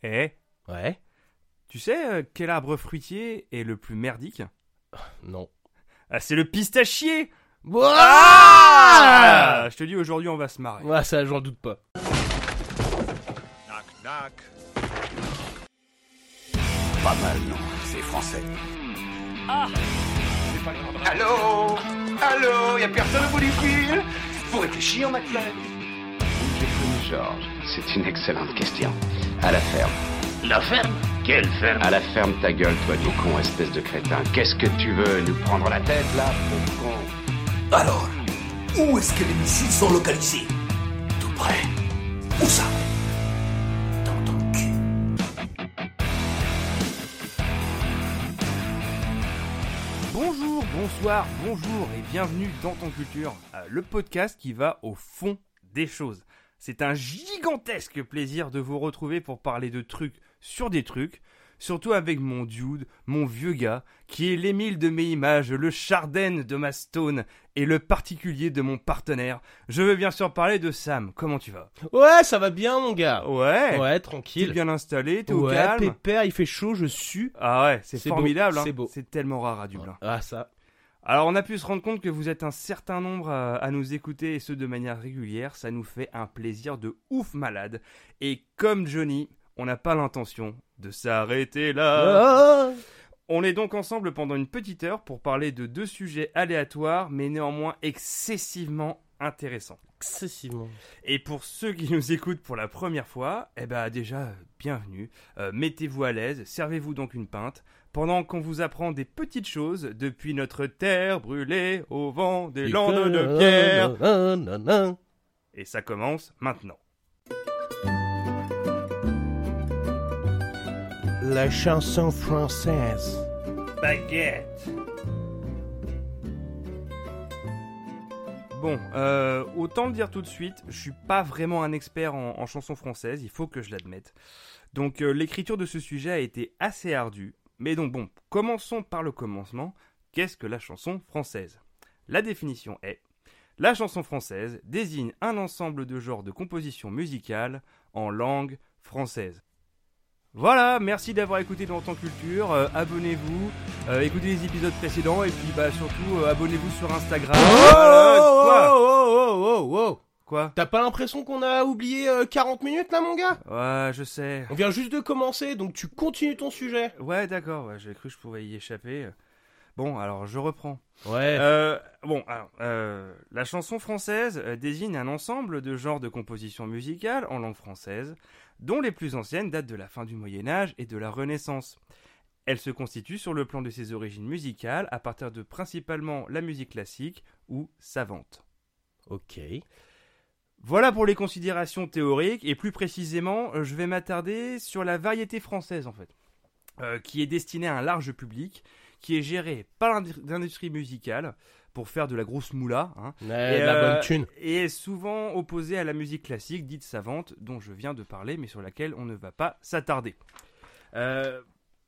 Eh, Ouais. tu sais quel arbre fruitier est le plus merdique? Non. Ah, c'est le pistachier! Ah Je te dis, aujourd'hui, on va se marrer. Ouais, ça, j'en doute pas. Knock knock. Pas mal, non? C'est français. Allô? Allô? Y'a personne au bout du fil? Faut réfléchir, McFly. J'ai connu Georges. C'est une excellente question. À la ferme. La ferme? Quelle ferme? À la ferme, ta gueule, toi, du con, espèce de crétin. Qu'est-ce que tu veux, nous prendre la tête, là, pauvre con? Alors, où est-ce que les missiles sont localisés? Tout près. Où ça? Dans ton cul. Bonjour, bonsoir, bonjour et bienvenue dans Ton Culture, le podcast qui va au fond des choses. C'est un gigantesque plaisir de vous retrouver pour parler de trucs sur des trucs, surtout avec mon dude, mon vieux gars, qui est l'Émile de mes images, le Chardin de ma stone et le particulier de mon partenaire. Je veux bien sûr parler de Sam. Comment tu vas? Ouais, ça va bien, mon gars. Ouais. Ouais, T'es tranquille. bien installé, t'es au Ouais, calme. pépère, il fait chaud, je sue. Ah ouais, c'est C'est formidable. beau, hein. c'est beau. C'est tellement rare à Dublin. Ah, ça. Alors on a pu se rendre compte que vous êtes un certain nombre à nous écouter et ce de manière régulière, ça nous fait un plaisir de ouf malade. Et comme Johnny, on n'a pas l'intention de s'arrêter là. Ah On est donc ensemble pendant une petite heure pour parler de deux sujets aléatoires mais néanmoins excessivement intéressants. excessivement. Et pour ceux qui nous écoutent pour la première fois, eh ben déjà, bienvenue. Mettez-vous à l'aise, servez-vous donc une pinte, pendant qu'on vous apprend des petites choses depuis notre terre brûlée au vent des landes de pierre. Et ça commence maintenant. La chanson française. Baguette. Bon, autant le dire tout de suite, je suis pas vraiment un expert en chansons françaises, il faut que je l'admette. Donc l'écriture de ce sujet a été assez ardue. Mais donc bon, commençons par le commencement. Qu'est-ce que la chanson française? La définition est: la chanson française désigne un ensemble de genres de composition musicale en langue française. Voilà, merci d'avoir écouté dans Temps Culture, abonnez-vous, écoutez les épisodes précédents et puis surtout abonnez-vous sur Instagram. Quoi? Quoi? T'as pas l'impression qu'on a oublié 40 minutes là, mon gars? Ouais, je sais. On vient juste de commencer, donc tu continues ton sujet. Ouais, d'accord, ouais, j'ai cru que je pouvais y échapper. Bon, alors je reprends. Ouais. La chanson française désigne un ensemble de genres de composition musicale en langue française, dont les plus anciennes datent de la fin du Moyen-Âge et de la Renaissance. Elle se constitue sur le plan de ses origines musicales à partir de principalement la musique classique ou savante. Ok. Voilà pour les considérations théoriques, et plus précisément, je vais m'attarder sur la variété française en fait, qui est destinée à un large public, qui est gérée par l'industrie musicale pour faire de la grosse moula, hein, Ouais, la bonne thune. et est souvent opposée à la musique classique dite savante, dont je viens de parler, mais sur laquelle on ne va pas s'attarder. Je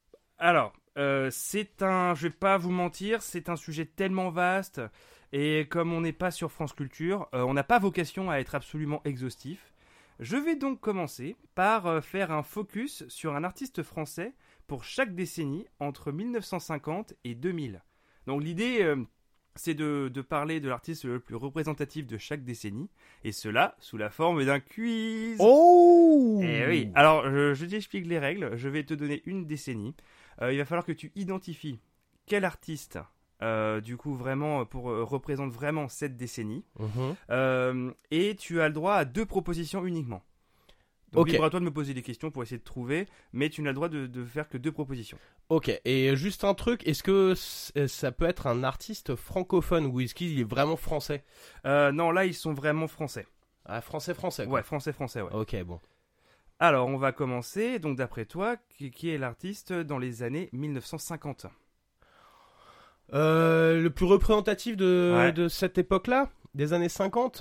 vais pas vous mentir, c'est un sujet tellement vaste. Et comme on n'est pas sur France Culture, on n'a pas vocation à être absolument exhaustif. Je vais donc commencer par faire un focus sur un artiste français pour chaque décennie entre 1950 et 2000. Donc l'idée, c'est de parler de l'artiste le plus représentatif de chaque décennie, et cela sous la forme d'un quiz. Oh! Eh oui, alors je t'explique les règles, je vais te donner une décennie. Il va falloir que tu identifies quel artiste... représente vraiment cette décennie. Et tu as le droit à 2 propositions uniquement. Donc Ok. libre à toi de me poser des questions pour essayer de trouver, mais tu n'as le droit de faire que 2 propositions. Ok, et juste un truc, est-ce que ça peut être un artiste francophone ou est-ce qu'il est vraiment français? Non, là ils sont vraiment français. Ah, français, quoi. Ouais, français, ouais. Ok, bon. Alors on va commencer, donc d'après toi, qui est l'artiste dans les années 1950? Le plus représentatif Ouais. de cette époque-là, des années 50,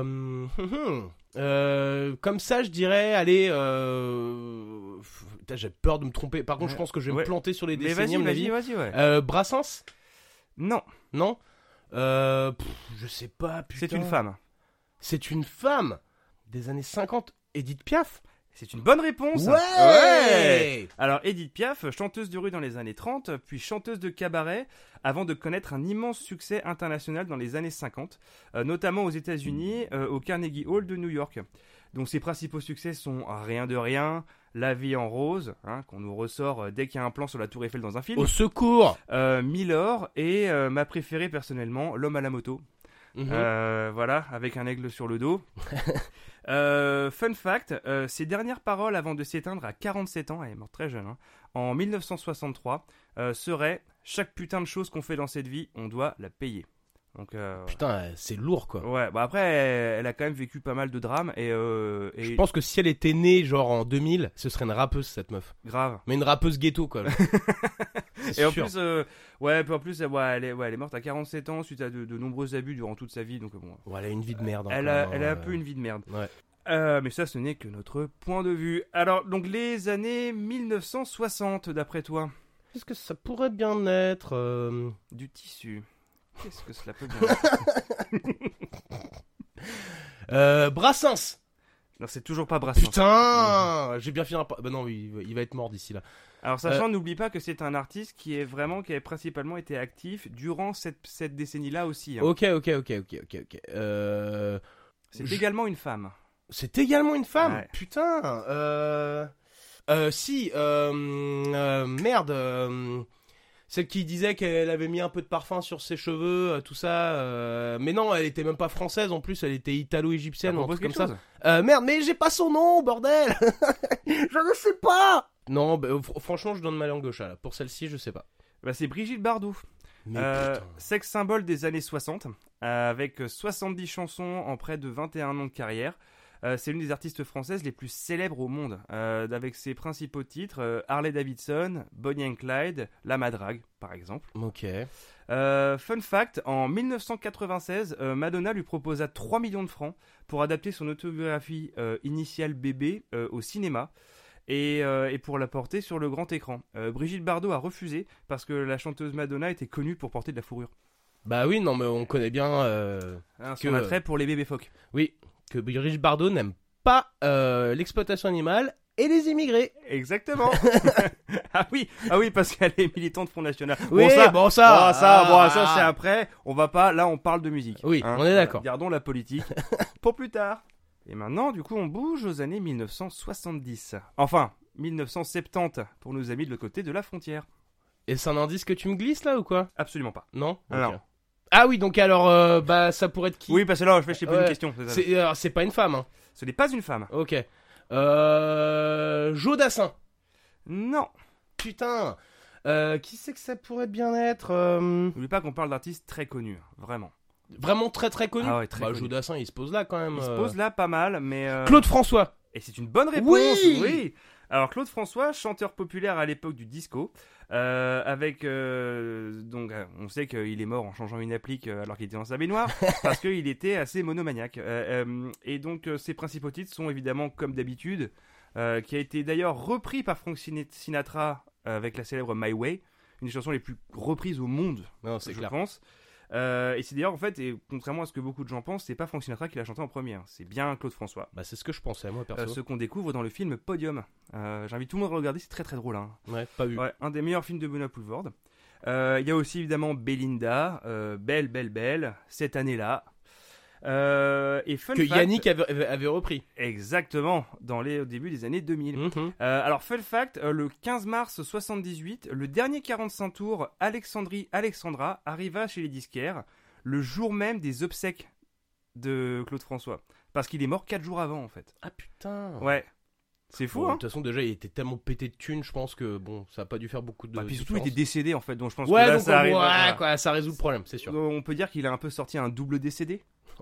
comme ça, je dirais, allez, putain, j'ai peur de me tromper. Par contre, je pense que je vais Ouais. me planter sur les Mais décennies, à mon avis. vas-y, ouais. Brassens? Non, Non? Je sais pas, putain. c'est une femme. C'est une femme des années 50. Edith Piaf? C'est une bonne réponse. Ouais. Alors Edith Piaf, chanteuse de rue dans les années 30, puis chanteuse de cabaret, avant de connaître un immense succès international dans les années 50, notamment aux États-Unis, au Carnegie Hall de New York. Donc ses principaux succès sont Rien de rien, La vie en rose, qu'on nous ressort dès qu'il y a un plan sur la Tour Eiffel dans un film, Au secours. Milord et ma préférée personnellement, L'homme à la moto. Voilà, avec un aigle sur le dos. Fun fact, ses dernières paroles avant de s'éteindre à 47 ans, elle est morte très jeune, en 1963, seraient « Chaque putain de chose qu'on fait dans cette vie, on doit la payer ». Donc, Putain, c'est lourd quoi. ouais, bah après, elle a quand même vécu pas mal de drames et Je pense que si elle était née genre en 2000, ce serait une rappeuse cette meuf. grave. Mais une rappeuse ghetto quoi. C'est Et en sûr. plus, elle est morte à 47 ans suite à de nombreux abus durant toute sa vie. Donc bon, Ouais, elle a une vie de merde. elle a un peu une vie de merde. Ouais. Mais ça, ce n'est que notre point de vue. Alors, donc les années 1960, d'après toi, Qu'est-ce que ça pourrait bien être du tissu. Qu'est-ce que cela peut bien être? Brassens. Non, c'est toujours pas Brassens. Putain, j'ai bien fini. Bah non, il va être mort d'ici là. Alors, sachant, n'oublie pas que c'est un artiste qui a principalement été actif durant cette décennie-là aussi. Ok. C'est également une femme. C'est également une femme. Ouais. Putain. Merde. Celle qui disait qu'elle avait mis un peu de parfum sur ses cheveux, tout ça. Mais non, elle était même pas française en plus, elle était italo-égyptienne, un truc comme ça. Merde, mais j'ai pas son nom, bordel. Je ne sais pas. Non, bah, franchement, je donne ma langue au chat là. Pour celle-ci, je sais pas. Bah, c'est Brigitte Bardot. Mais putain. Sex symbole des années 60, avec 70 chansons en près de 21 ans de carrière. C'est l'une des artistes françaises les plus célèbres au monde, avec ses principaux titres Harley Davidson, Bonnie and Clyde, La Madrague, par exemple. Ok. Fun fact, en 1996, Madonna lui proposa 3 millions de francs pour adapter son autobiographie Initial Bébé au cinéma. Et pour la porter sur le grand écran. Brigitte Bardot a refusé parce que la chanteuse Madonna était connue pour porter de la fourrure. Bah oui, non, mais on connaît bien Son attrait pour les bébés phoques. oui, que Brigitte Bardot n'aime pas l'exploitation animale et les immigrés. Exactement. ah oui, parce qu'elle est militante Front National. Oui, ça C'est après. On va pas. Là, on parle de musique. Oui, on est d'accord. Gardons la politique pour plus tard. Et maintenant, du coup, on bouge aux années 1970. Enfin, 1970 pour nos amis de l'autre côté de la frontière. Et c'est un indice que tu me glisses là ou quoi? Absolument pas. Non. Non. Ok. Ah oui, donc alors, bah ça pourrait être qui? Oui, parce que là, je t'ai posé Ouais. une question. C'est pas une femme, hein. Ce n'est pas une femme. Ok. Jodassin. Non. Putain. Qui c'est que ça pourrait bien être N'oublie pas qu'on parle d'artistes très connus, vraiment. Vraiment très très connu. Ah ouais, très bah connu. Jodassin, il se pose là quand même. Il se pose là pas mal, mais... Claude François. Et c'est une bonne réponse. Oui. Alors Claude François, chanteur populaire à l'époque du disco, avec on sait qu'il est mort en changeant une applique alors qu'il était dans sa baignoire parce qu'il était assez monomaniaque. Et donc ses principaux titres sont évidemment comme d'habitude, qui a été d'ailleurs repris par Frank Sinatra avec la célèbre My Way, une des chansons les plus reprises au monde, Non, c'est je clair. pense. Et c'est d'ailleurs en fait, et contrairement à ce que beaucoup de gens pensent, c'est pas Frank Sinatra qui l'a chanté en premier, c'est bien Claude François. Bah c'est ce que je pensais moi perso. Ce qu'on découvre dans le film Podium. J'invite tout le monde à le regarder, c'est très très drôle. Ouais, pas vu. Ouais, un des meilleurs films de Benoît Poelvoorde. Il y a aussi évidemment Belinda, Belle, Belle, Belle, cette année-là. Et fun Que fact, Yannick avait repris. exactement, au début des années 2000. Mhm. Alors fun fact, le 15 mars 78, le dernier 45 tours Alexandrie Alexandra arriva chez les disquaires le jour même des obsèques de Claude François. Parce qu'il est mort 4 jours avant en fait. Ah putain. Ouais. C'est fou, Bon, de hein. toute façon, déjà, il était tellement pété de thunes, je pense que bon, ça a pas dû faire beaucoup de. Bah, puis surtout, il différence. était décédé en fait, donc je pense Ouais, que là, donc ça arrive. ouais, voilà. quoi, ça résout le problème, c'est sûr. On peut dire qu'il a un peu sorti un double décédé.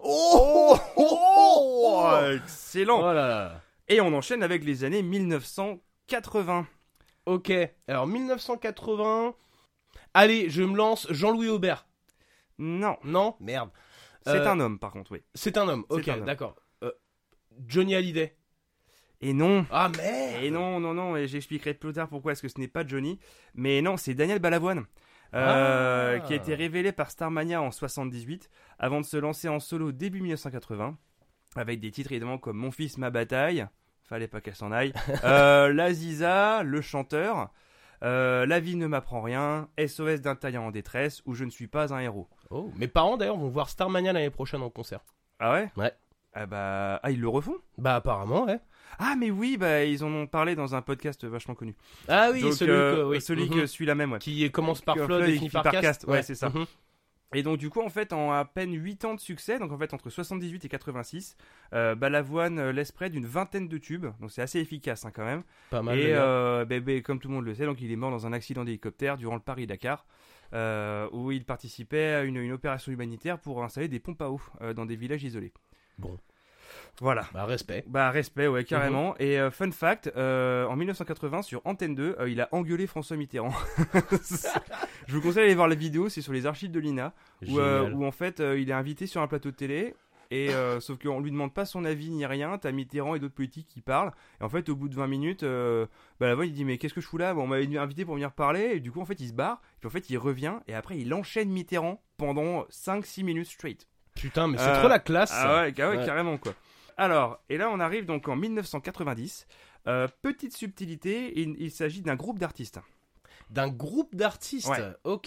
Oh, Excellent. Oh là là. Et on enchaîne avec les années 1980. Ok, alors 1980. Allez, je me lance Jean-Louis Aubert. Non, Non. Merde. c'est un homme par contre, oui. C'est un homme. C'est Ok, un homme. d'accord. Johnny Hallyday. Et non. Ah merde. Et non, et j'expliquerai plus tard pourquoi est-ce que ce n'est pas Johnny. Mais non, c'est Daniel Balavoine, qui a été révélé par Starmania en 78, avant de se lancer en solo début 1980, avec des titres évidemment comme Mon fils, ma bataille, fallait pas qu'elle s'en aille. La Ziza, le chanteur. La vie ne m'apprend rien. SOS d'un taillant en détresse ou je ne suis pas un héros. Oh, mes parents d'ailleurs vont voir Starmania l'année prochaine en concert. Ah ouais? Ouais. Ils le refont? Bah apparemment, ouais. Ah mais oui, ils en ont parlé dans un podcast vachement connu. Ah oui, donc, celui que celui-là même, ouais. Qui commence par Flood et finit par Cast. Ouais, c'est ça. Et donc du coup en fait en à peine 8 ans de succès, donc en fait entre 78 et 86, Balavoine laisse près d'une vingtaine de tubes, donc c'est assez efficace quand même. Pas mal. Et comme tout le monde le sait, donc il est mort dans un accident d'hélicoptère durant le Paris-Dakar, où il participait à une opération humanitaire pour installer des pompes à eau dans des villages isolés. Bon. Voilà. Respect, ouais, carrément. Et fun fact, en 1980 sur Antenne 2, il a engueulé François Mitterrand. Je vous conseille d'aller voir la vidéo, c'est sur les archives de l'INA, où en fait il est invité sur un plateau de télé. Et sauf qu'on lui demande pas son avis ni rien, t'as Mitterrand et d'autres politiques qui parlent. Et en fait, au bout de 20 minutes, la voix il dit mais qu'est-ce que je fous là? On m'avait invité pour venir parler. Et du coup, en fait, il se barre. Puis en fait, il revient et après, il enchaîne Mitterrand pendant 5-6 minutes straight. Putain, mais c'est trop la classe. Ah ouais, carrément quoi. Alors, et là, on arrive donc en 1990. Petite subtilité, il s'agit d'un groupe d'artistes. D'un groupe d'artistes. Ouais. Ok.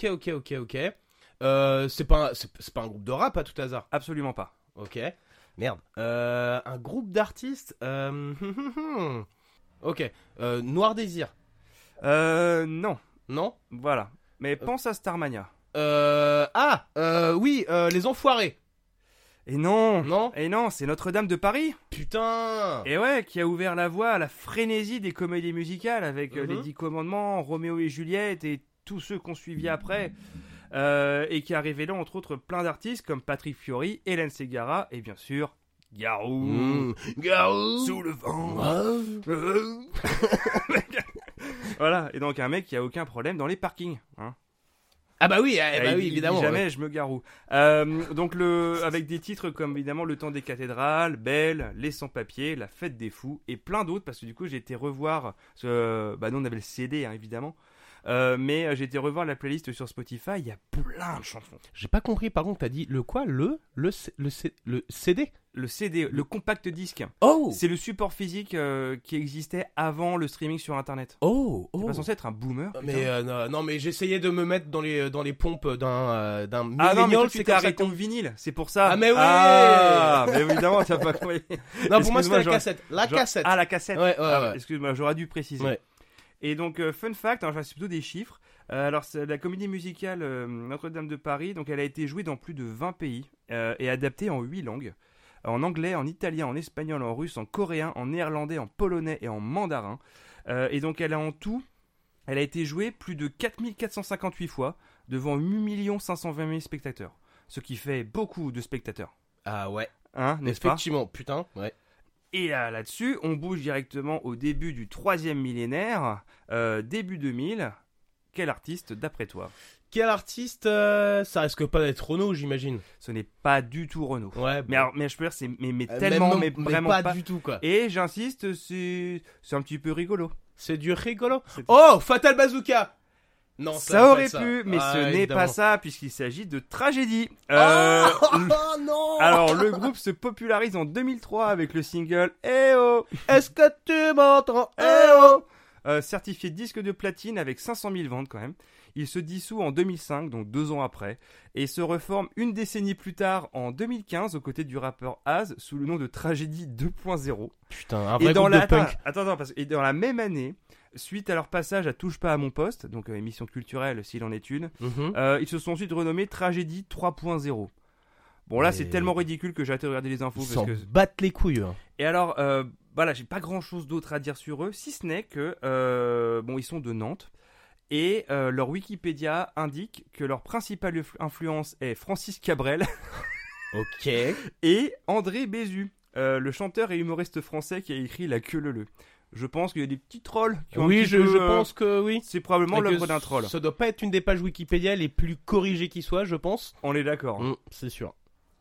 C'est pas un groupe de rap à tout hasard. Absolument pas. Ok. Merde. Un groupe d'artistes. Ok. Noir Désir. Non. Non. Voilà. Mais pense à Starmania. Oui. Les Enfoirés. Et non. Non. Et non, c'est Notre-Dame de Paris. Putain. Et ouais, qui a ouvert la voie à la frénésie des comédies musicales avec les 10 commandements, Roméo et Juliette et tous ceux qu'on suivi après. Et qui a révélé entre autres plein d'artistes comme Patrick Fiori, Hélène Ségara et bien sûr Garou. Garou. Sous le vent. Voilà, et donc un mec qui a aucun problème dans les parkings. Hein. Ah bah oui, évidemment. Jamais je me garou. Donc avec des titres comme évidemment Le Temps des cathédrales, Belle, Les sans-papiers, La fête des fous et plein d'autres parce que du coup j'ai été revoir nous on avait le CD évidemment. Mais j'ai été revoir la playlist sur Spotify, il y a plein de chansons. J'ai pas compris, par contre, t'as dit le quoi? Le CD? Le CD, le compact disque. Oh! C'est le support physique qui existait avant le streaming sur internet. Oh! T'es pas censé être un boomer? Mais non, mais j'essayais de me mettre dans les pompes d'un millénial. Ah non, mais toi, tu t'es arrêté au vinyle, c'est pour ça. Ah mais oui! Ah, mais évidemment, t'as pas compris. Non, pour moi c'était la cassette. Cassette. Ah, la cassette. Ouais. Excuse-moi, j'aurais dû préciser. Ouais. Et donc, fun fact, alors c'est plutôt des chiffres. Alors, la comédie musicale Notre-Dame de Paris, donc elle a été jouée dans plus de 20 pays et adaptée en 8 langues. En anglais, en italien, en espagnol, en russe, en coréen, en néerlandais, en polonais et en mandarin. Et donc, elle a été jouée plus de 4458 fois devant 8 520 000 spectateurs. Ce qui fait beaucoup de spectateurs. Ah ouais. Hein, n'est-ce pas? Effectivement, putain, ouais. Et là-dessus, on bouge directement au début du 3e millénaire, début 2000. Quel artiste d'après toi? Quel artiste ça risque pas d'être Renaud, j'imagine. Ce n'est pas du tout Renaud. Ouais. Mais je peux dire, c'est tellement, mais vraiment pas du tout quoi. Et j'insiste, c'est un petit peu rigolo. C'est du rigolo. Oh, Fatal Bazooka. Non, ça aurait pu, mais ce n'est pas ça, puisqu'il s'agit de Tragédie. Non. Alors, le groupe se popularise en 2003 avec le single Eh oh. Est-ce que tu m'entends? Eh oh. Certifié disque de platine avec 500 000 ventes quand même. Il se dissout en 2005, donc 2 ans après, et se reforme une décennie plus tard en 2015 aux côtés du rappeur Az sous le nom de Tragédie 2.0. Putain, un vrai groupe de punk. Attends, parce que dans la même année, suite à leur passage à Touche pas à mon poste, donc émission culturelle s'il en est une, ils se sont ensuite renommés Tragédie 3.0. Bon là, c'est tellement ridicule que j'ai arrêté de regarder les infos. Ils battent les couilles. Hein. Et alors, voilà, j'ai pas grand chose d'autre à dire sur eux, si ce n'est que, ils sont de Nantes. Et leur Wikipédia indique que leur principale influence est Francis Cabrel. Ok. Et André Bézu, le chanteur et humoriste français qui a écrit La Queue Leu. Je pense qu'il y a des petits trolls qui ont je pense que oui. C'est probablement l'œuvre d'un troll. Ça doit pas être une des pages Wikipédia les plus corrigées qui soient, je pense. On est d'accord. C'est sûr.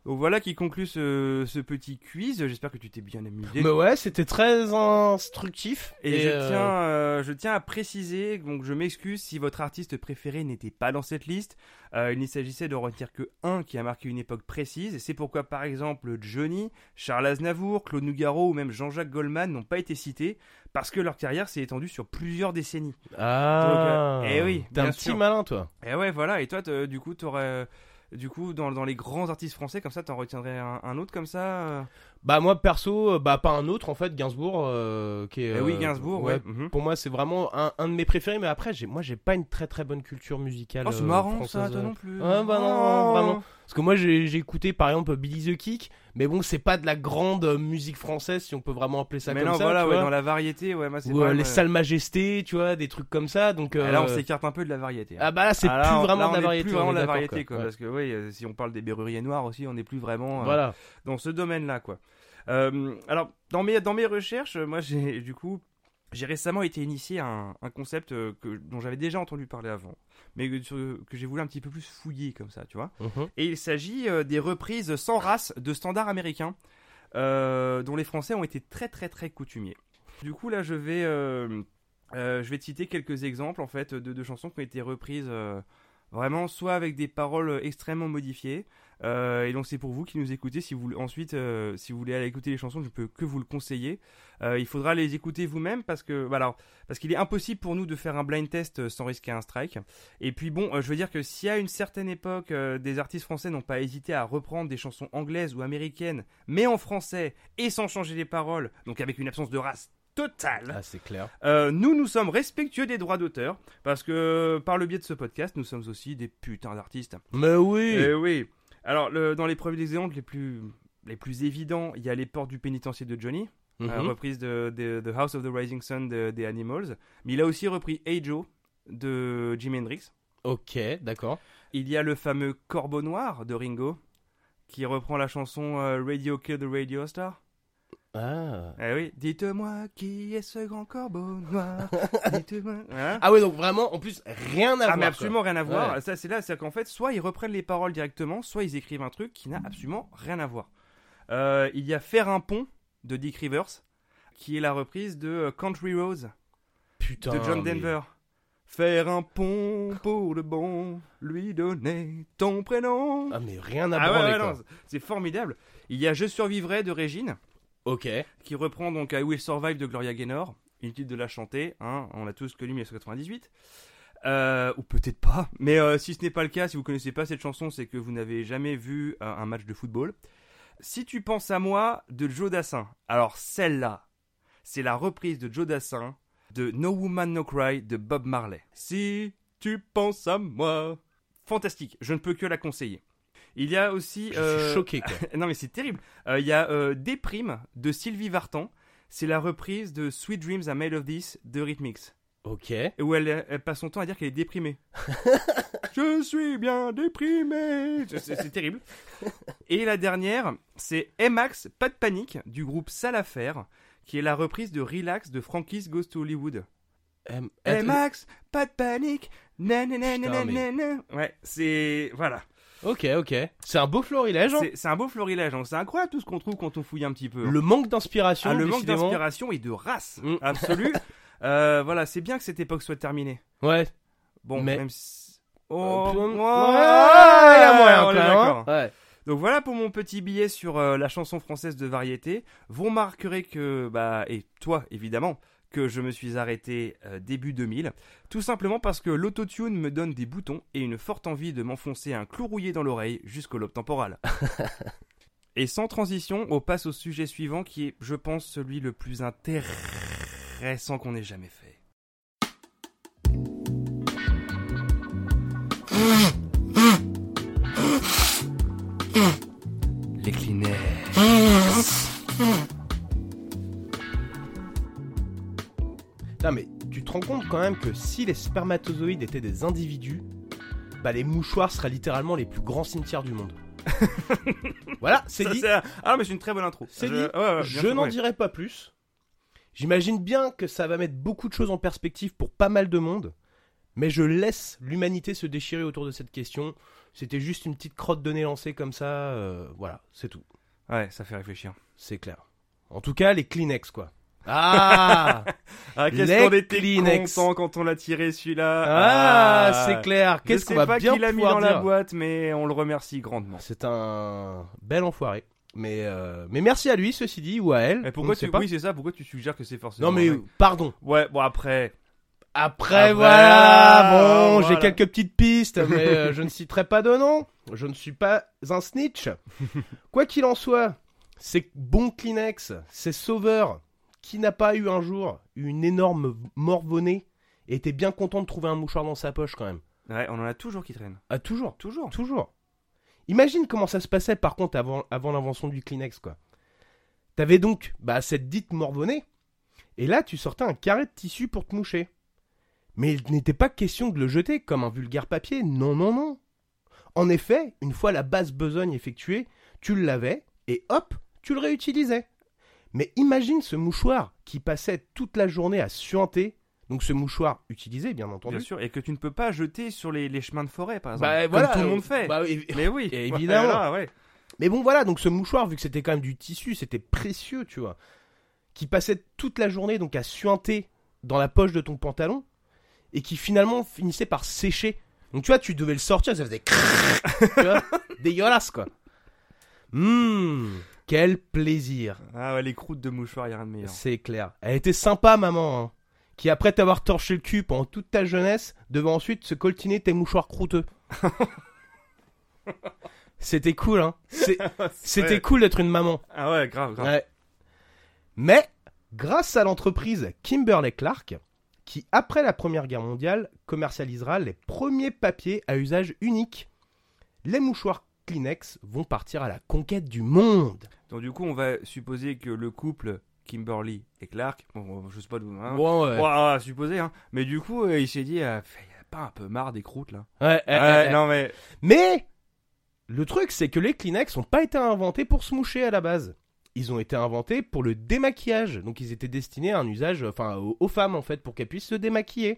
Donc voilà qui conclut ce petit quiz. J'espère que tu t'es bien amusé. Mais ouais, c'était très instructif. Et je tiens à préciser, donc je m'excuse si votre artiste préféré n'était pas dans cette liste. Il ne s'agissait de retenir que un qui a marqué une époque précise. C'est pourquoi par exemple Johnny, Charles Aznavour, Claude Nougaro ou même Jean-Jacques Goldman n'ont pas été cités parce que leur carrière s'est étendue sur plusieurs décennies. Ah. Donc, oui, t'es un petit malin toi. Et ouais, voilà. Et toi, du coup, t'aurais... Du coup, dans les grands artistes français, comme ça, t'en retiendrais un autre comme ça Bah moi perso, pas un autre en fait, Gainsbourg, qui est. oui, Gainsbourg, ouais. Pour moi, c'est vraiment un de mes préférés, mais après, j'ai pas une très très bonne culture musicale. Oh, c'est marrant française. ça, toi non plus. Ouais, bah non, vraiment. Parce que moi, j'ai écouté par exemple Billy the Kick, mais bon, c'est pas de la grande musique française, si on peut vraiment appeler ça mais comme non, ça. Voilà, tu ouais, vois. dans la variété, ouais, moi c'est Ou pas les Salles Majestés, tu vois, des trucs comme ça. Donc là, on s'écarte un peu de la variété. Ah bah là, c'est plus vraiment de la variété. Plus vraiment de la variété, quoi. Ouais. Parce que oui, si on parle des Berruriers Noirs aussi, on n'est plus vraiment voilà. dans ce domaine-là, quoi. Alors, dans mes recherches, moi, j'ai récemment été initié à un concept dont j'avais déjà entendu parler avant, mais que j'ai voulu un petit peu plus fouiller comme ça, tu vois. Et il s'agit des reprises sans race de standards américains, dont les Français ont été très très très coutumiers. Du coup, là, je vais te citer quelques exemples en fait de chansons qui ont été reprises vraiment soit avec des paroles extrêmement modifiées. Et donc c'est pour vous qui nous écoutez. Si vous voulez aller écouter les chansons, je peux que vous le conseiller. Il faudra les écouter vous-même parce qu'il est impossible pour nous de faire un blind test sans risquer un strike. Et puis bon, je veux dire que si à une certaine époque des artistes français n'ont pas hésité à reprendre des chansons anglaises ou américaines, mais en français et sans changer les paroles, donc avec une absence de race totale. Ah, c'est clair. Nous sommes respectueux des droits d'auteur parce que par le biais de ce podcast, nous sommes aussi des putains d'artistes. Mais oui. Oui. Alors, dans les premiers exemples les plus évidents, il y a Les Portes du pénitencier de Johnny, reprise de The House of the Rising Sun des Animals. Mais il a aussi repris Hey Joe de Jimi Hendrix. Ok, d'accord. Il y a le fameux Corbeau Noir de Ringo, qui reprend la chanson Radio Kill the Radio Star. Ah. Eh oui, dites-moi qui est ce grand corbeau noir. Dites-moi. Voilà. Ah ouais, donc vraiment, en plus, rien à voir. Ah mais absolument rien à voir. Ouais. Ça c'est qu'en fait, soit ils reprennent les paroles directement, soit ils écrivent un truc qui n'a absolument rien à voir. Il y a Faire un pont de Dick Rivers, qui est la reprise de Country Roads de John Denver. Faire un pont pour le bon, lui donner ton prénom. Ah mais rien à voir. Non, c'est formidable. Il y a Je survivrai de Régine. Ok. Qui reprend donc I Will Survive de Gloria Gaynor. Inutile de la chanter, hein, on l'a tous connu 1998. Ou peut-être pas. Mais si ce n'est pas le cas, si vous connaissez pas cette chanson, c'est que vous n'avez jamais vu un match de football. Si tu penses à moi de Joe Dassin. Alors celle-là, c'est la reprise de Joe Dassin de No Woman No Cry de Bob Marley. Si tu penses à moi. Fantastique, je ne peux que la conseiller. Il y a aussi... Je suis choqué, quoi. Non mais c'est terrible. Il y a Déprime de Sylvie Vartan. C'est la reprise de Sweet Dreams Are Made of This de Rhythmix. Ok. Où elle passe son temps à dire qu'elle est déprimée. Je suis bien déprimée. C'est terrible. Et la dernière, c'est Max, Pas de panique du groupe Salafère, qui est la reprise de Relax de Frankie's Goes to Hollywood. Max, pas de panique. Ouais, c'est... Voilà. Ok. C'est un beau florilège. Hein. C'est un beau florilège. Hein. C'est incroyable tout ce qu'on trouve quand on fouille un petit peu. Le manque d'inspiration. Le manque d'inspiration et de race absolue. Voilà, c'est bien que cette époque soit terminée. Ouais. Bon, mais... même si... il y a moyen quand même. Hein. Ouais. Donc voilà pour mon petit billet sur la chanson française de variété. Vous remarquerez que, et toi évidemment, que je me suis arrêté début 2000, tout simplement parce que l'autotune me donne des boutons et une forte envie de m'enfoncer un clou rouillé dans l'oreille jusqu'au lobe temporal. Et sans transition, on passe au sujet suivant qui est, je pense, celui le plus intéressant qu'on ait jamais fait. Les Kleenex. Non mais tu te rends compte quand même que si les spermatozoïdes étaient des individus, les mouchoirs seraient littéralement les plus grands cimetières du monde. Voilà, c'est dit. Ah mais c'est une très bonne intro. C'est dit. Je n'en dirai pas plus. J'imagine bien que ça va mettre beaucoup de choses en perspective pour pas mal de monde, mais je laisse l'humanité se déchirer autour de cette question. C'était juste une petite crotte de nez lancée comme ça. Voilà, c'est tout. Ouais, ça fait réfléchir. C'est clair. En tout cas, les Kleenex, quoi. Ah, qu'est-ce qu'on était content quand on l'a tiré celui-là. C'est clair. Qu'est-ce qu'on va bien pouvoir dire. Je sais pas qui l'a mis dans la boîte, mais on le remercie grandement. C'est un bel enfoiré. Mais merci à lui, ceci dit, ou à elle. Et pourquoi oui, c'est ça. Pourquoi tu suggères que c'est forcément... Non mais pardon. Ouais, bon après, voilà. Bon, j'ai quelques petites pistes, mais je ne citerai pas de nom. Je ne suis pas un snitch. Quoi qu'il en soit, ces bons Kleenex, ces sauveurs. Qui n'a pas eu un jour une énorme morvonnée et était bien content de trouver un mouchoir dans sa poche quand même. Ouais, on en a toujours qui traînent. Ah, toujours. Imagine comment ça se passait par contre avant l'invention du Kleenex, quoi. T'avais donc cette dite morvonnée, et là tu sortais un carré de tissu pour te moucher. Mais il n'était pas question de le jeter comme un vulgaire papier, non. En effet, une fois la basse besogne effectuée, tu le lavais, et hop, tu le réutilisais. Mais imagine ce mouchoir qui passait toute la journée à suinter, donc ce mouchoir utilisé bien entendu. Bien sûr, et que tu ne peux pas jeter sur les chemins de forêt par exemple, comme voilà, tout le monde fait. Mais oui, évidemment. Voilà, ouais. Mais bon voilà, donc ce mouchoir, vu que c'était quand même du tissu, c'était précieux, tu vois, qui passait toute la journée donc à suinter dans la poche de ton pantalon, et qui finalement finissait par sécher. Donc tu vois, tu devais le sortir, ça faisait tu vois, dégueulasse quoi. Quel plaisir. Ah ouais, les croûtes de mouchoir, y'a rien de meilleur. C'est clair. Elle était sympa, maman, hein, qui après t'avoir torché le cul pendant toute ta jeunesse, devait ensuite se coltiner tes mouchoirs croûteux. C'était cool, hein. C'était cool d'être une maman. Ah ouais, grave. Ouais. Mais, grâce à l'entreprise Kimberly-Clark, qui après la Première Guerre mondiale commercialisera les premiers papiers à usage unique, les mouchoirs Kleenex vont partir à la conquête du monde. Donc du coup, on va supposer que le couple Kimberly et Clark, bon, je sais pas d'où, hein, ouais. On va supposer, hein, mais du coup, il s'est dit, il y a pas un peu marre des croûtes là. Non mais le truc, c'est que les Kleenex n'ont pas été inventés pour se moucher à la base. Ils ont été inventés pour le démaquillage, donc ils étaient destinés à un usage, aux femmes en fait, pour qu'elles puissent se démaquiller.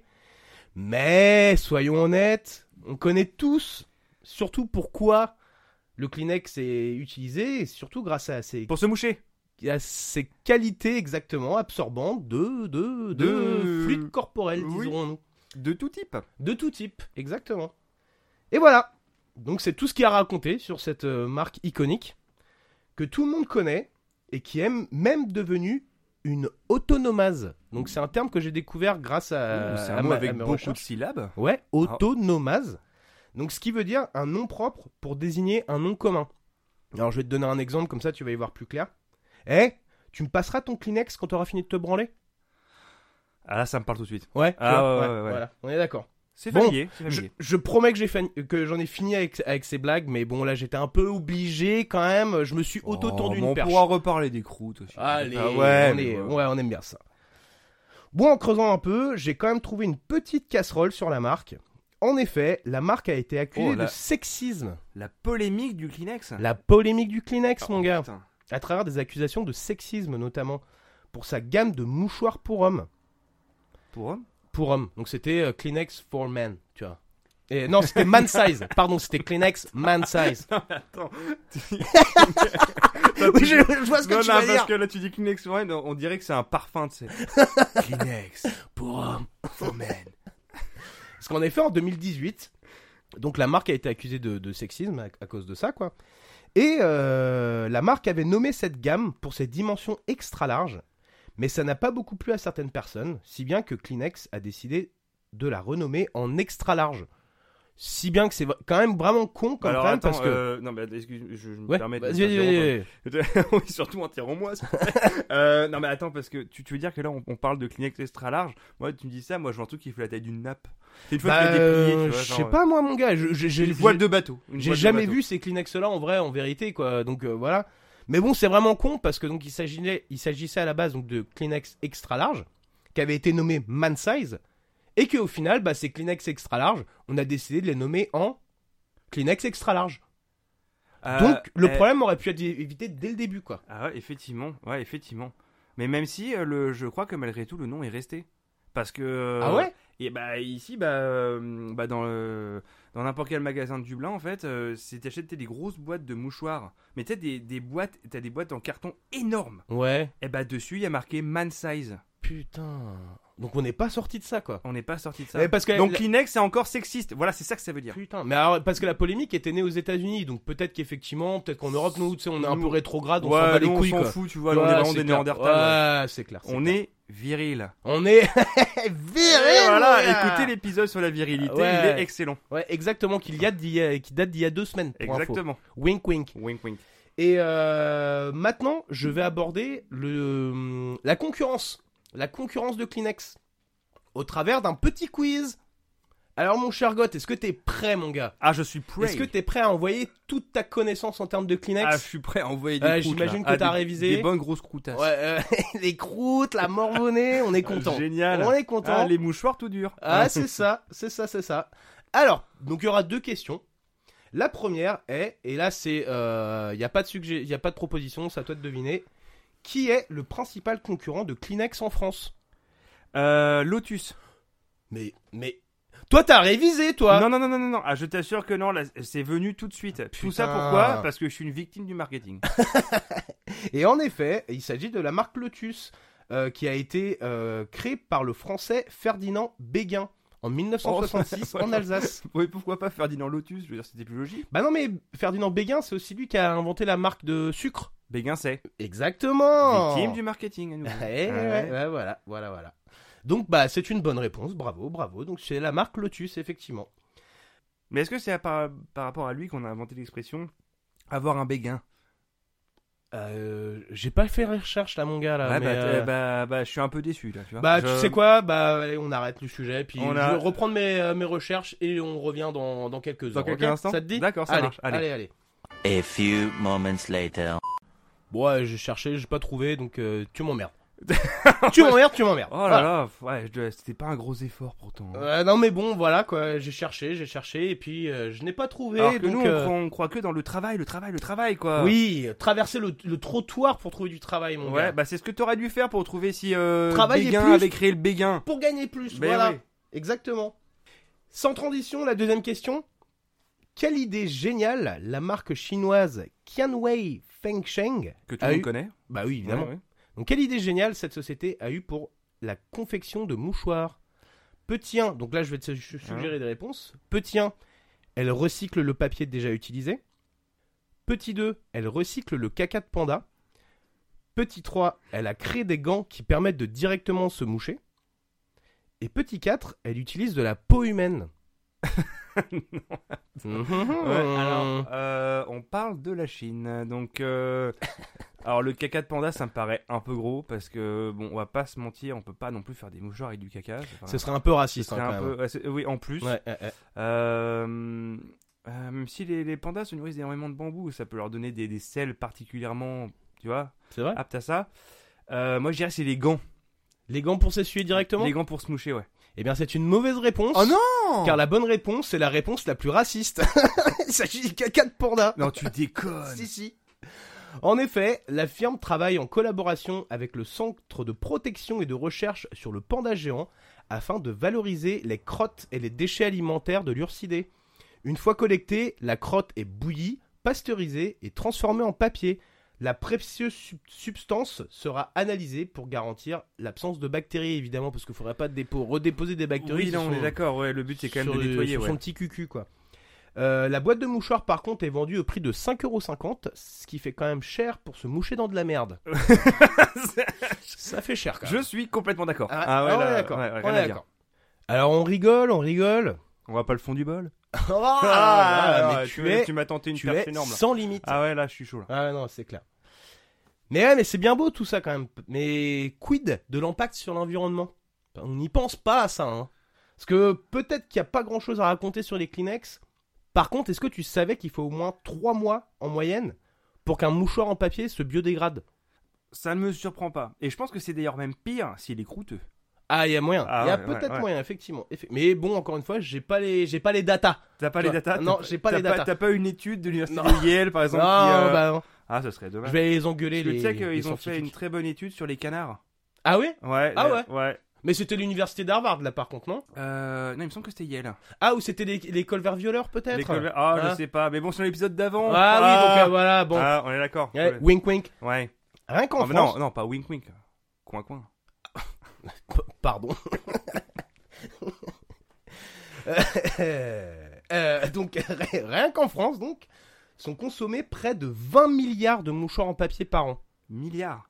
Mais soyons honnêtes, on connaît tous, surtout pourquoi. Le Kleenex est utilisé, surtout grâce à ses... Pour se moucher. À ses qualités exactement absorbantes de fluide corporel, disons-nous. De tout type. De tout type, exactement. Et voilà. Donc c'est tout ce qu'il y a à raconter sur cette marque iconique que tout le monde connaît et qui est même devenue une autonomase. Donc c'est un terme que j'ai découvert grâce à... c'est un mot avec beaucoup de syllabes. Ouais, autonomase. Donc ce qui veut dire un nom propre pour désigner un nom commun. Alors je vais te donner un exemple, comme ça tu vas y voir plus clair. Tu me passeras ton Kleenex quand tu auras fini de te branler ? Ah là, ça me parle tout de suite. Ouais, ouais. Voilà, on est d'accord. C'est familier. Je promets que j'en ai fini avec ces blagues, mais bon là j'étais un peu obligé quand même, je me suis auto-tendu une perche. On pourra reparler des croûtes aussi. Allez, on aime bien ça. Bon, en creusant un peu, j'ai quand même trouvé une petite casserole sur la marque. En effet, la marque a été accusée de sexisme. La polémique du Kleenex. La polémique du Kleenex, mon gars. Putain. À travers des accusations de sexisme, notamment pour sa gamme de mouchoirs pour hommes. Pour hommes ? Pour hommes. Donc c'était Kleenex for men, tu vois. Et, non, c'était man size. Pardon, c'était Kleenex man size. Non, mais attends. Oui, je vois ce que tu veux dire. Parce que là, tu dis Kleenex for men, on dirait que c'est un parfum, tu sais. Kleenex pour hommes, for men. Parce qu'en effet, en 2018, donc la marque a été accusée de sexisme à cause de ça, quoi. Et la marque avait nommé cette gamme pour ses dimensions extra larges, mais ça n'a pas beaucoup plu à certaines personnes, si bien que Kleenex a décidé de la renommer en extra large. Si bien que c'est quand même vraiment con comme alors, terme, attends, parce que... non, mais excuse, je me ouais, permets de... Vas-y. Oui, surtout interromps-moi. Non, mais attends, parce que tu veux dire que là, on parle de Kleenex extra large. Moi, tu me dis ça, moi, je vois un truc qui fait la taille d'une nappe. C'est une fois qu'il est déplié, tu vois. Je sais pas, moi, mon gars. J'ai une voile de bateau. J'ai jamais vu ces Kleenex-là en vrai, en vérité, quoi. Donc, voilà. Mais bon, c'est vraiment con, parce que donc il s'agissait à la base donc, de Kleenex extra large, qui avait été nommé man size, et qu'au final, ces Kleenex extra large, on a décidé de les nommer en Kleenex extra large. Donc, le problème aurait pu être évité dès le début, quoi. Ah ouais, effectivement. Mais même si, je crois que malgré tout, le nom est resté. Parce que... Ah ouais ? Et bah ici, dans n'importe quel magasin de Dublin, en fait, t'achètes des grosses boîtes de mouchoirs. Mais t'as des boîtes en carton énormes. Ouais. Et bah dessus, il y a marqué man size. Putain. Donc on n'est pas sorti de ça, quoi. On n'est pas sorti de ça. Parce que donc Kleenex, c'est encore sexiste. Voilà, c'est ça que ça veut dire. Putain. Mais alors, parce que la polémique était née aux États-Unis, donc peut-être qu'effectivement, peut-être qu'en Europe, nous, tu sais, on est un peu rétrograde, on s'en bat les couilles, on s'en quoi. fout, tu vois. On est vraiment des Néandertals. Ouais, c'est clair. On est viril. On est viril. Voilà, écoutez l'épisode sur la virilité, il est excellent. Ouais, exactement, qui date d'il y a 2 semaines. Exactement. Info. Wink, wink. Wink, wink. Et maintenant, je vais aborder la concurrence. La concurrence de Kleenex. Au travers d'un petit quiz. Alors, mon cher Goth, est-ce que t'es prêt, mon gars? Ah, je suis prêt. Est-ce que t'es prêt à envoyer toute ta connaissance en termes de Kleenex? Ah, je suis prêt à envoyer des croûtes. J'imagine que t'as révisé. Des bonnes grosses croûtasses. Ouais, les croûtes, la morvonnée, on est content. Génial. On est content. Ah, les mouchoirs tout durs. Ah, c'est ça. Alors, donc il y aura 2 questions. La première est, et là c'est, y a pas de proposition, c'est à toi de deviner. Qui est le principal concurrent de Kleenex en France? Lotus. Mais, toi t'as révisé, toi? Non. Ah, je t'assure que non, là, c'est venu tout de suite. Putain. Tout ça pourquoi? Parce que je suis une victime du marketing. Et en effet, il s'agit de la marque Lotus, qui a été créée par le français Ferdinand Béguin en 1966 en Alsace. Oui, pourquoi pas Ferdinand Lotus? Je veux dire, c'était plus logique. Bah non, mais Ferdinand Béguin, c'est aussi lui qui a inventé la marque de sucre. Béguin, c'est. Exactement. Victime du marketing, à nouveau. Ouais, voilà. Donc, bah, c'est une bonne réponse. Bravo. Donc, c'est la marque Lotus, effectivement. Mais est-ce que c'est par rapport à lui qu'on a inventé l'expression avoir un béguin? J'ai pas fait recherche là, mon gars, là. Ouais, mais je suis un peu déçu là, tu vois. Bah, tu sais quoi? Bah, allez, on arrête le sujet, puis je vais reprendre mes recherches et on revient dans quelques heures. Dans quelques instants. Ça te dit? D'accord, ça marche. Allez. A few moments later. Bon, ouais, j'ai cherché, j'ai pas trouvé, donc tu m'emmerdes. tu m'emmerdes. Oh là là, ouais, c'était pas un gros effort pourtant. Non mais bon, voilà quoi, j'ai cherché et puis je n'ai pas trouvé. Alors que donc, nous on croit que dans le travail quoi. Oui, traverser le trottoir pour trouver du travail, mon gars. Ouais, bah c'est ce que t'aurais dû faire pour trouver si Béguin plus avait créé le béguin. Pour gagner plus, Ben voilà. oui. Exactement. Sans transition, la deuxième question. Quelle idée géniale la marque chinoise Qianwei Fengsheng que tout le monde connaît. Bah oui, évidemment. Ouais. Donc, quelle idée géniale cette société a eu pour la confection de mouchoirs? Petit 1, donc là je vais te suggérer des réponses. Petit 1, elle recycle le papier déjà utilisé. Petit 2, elle recycle le caca de panda. Petit 3, elle a créé des gants qui permettent de directement se moucher. Et petit 4, elle utilise de la peau humaine. Alors, on parle de la Chine, donc alors le caca de panda, ça me paraît un peu gros parce que bon, on va pas se mentir, on peut pas non plus faire des mouchoirs avec du caca. Ce serait un peu raciste, oui, en plus. Ouais. Même si les pandas se nourrissent énormément de bambou, ça peut leur donner des sels particulièrement, tu vois, c'est vrai, aptes à ça. Moi, je dirais c'est les gants. Les gants pour s'essuyer directement. Les gants pour se moucher, ouais. Eh bien, c'est une mauvaise réponse. Oh non! Car la bonne réponse, c'est la réponse la plus raciste. Il s'agit du caca de panda. Non, tu déconnes. Si. En effet, la firme travaille en collaboration avec le Centre de protection et de recherche sur le panda géant afin de valoriser les crottes et les déchets alimentaires de l'ursidé. Une fois collectée, la crotte est bouillie, pasteurisée et transformée en papier. La précieuse substance sera analysée pour garantir l'absence de bactéries, évidemment, parce qu'il ne faudrait pas redéposer des bactéries. Oui, non, on est d'accord, ouais, le but c'est quand même de nettoyer. Sur son petit cucu, quoi. La boîte de mouchoirs, par contre, est vendue au prix de 5,50€, ce qui fait quand même cher pour se moucher dans de la merde. Ça fait cher, quand même. Je suis complètement d'accord. On est d'accord. Alors, on rigole. On va pas le fond du bol. Mais tu m'as tenté une perche énorme. Sans limite. Ah ouais, là, je suis chaud. Là. Ah non, c'est clair. Mais c'est bien beau tout ça quand même. Mais quid de l'impact sur l'environnement? On n'y pense pas à ça. Hein. Parce que peut-être qu'il n'y a pas grand-chose à raconter sur les Kleenex. Par contre, est-ce que tu savais qu'il faut au moins 3 mois en moyenne pour qu'un mouchoir en papier se biodégrade? Ça ne me surprend pas. Et je pense que c'est d'ailleurs même pire s'il est croûteux. Ah, il y a moyen. Il y a peut-être moyen, effectivement. Mais bon, encore une fois, j'ai pas les datas. T'as pas les datas? Non, j'ai pas les datas. T'as pas une étude de l'université de Yale, par exemple? Non. Ah, ça serait dommage. Je vais les engueuler. Tu sais qu'ils ont fait une très bonne étude sur les canards. Ah oui? Ouais. Ah ouais. Ouais. Mais c'était l'université d'Harvard, là, par contre, non? Non, il me semble que c'était Yale. Ah, ou c'était l'école vert violeur, peut-être? Je sais pas. Mais bon, c'est l'épisode d'avant. Ah oui, donc voilà, bon. Ah, on est d'accord. Ouais, wink wink. Ouais. Rien qu'en France... Non, pas wink wink. Coin coin. Pardon. Donc, rien qu'en France, donc, sont consommés près de 20 milliards de mouchoirs en papier par an. Milliards.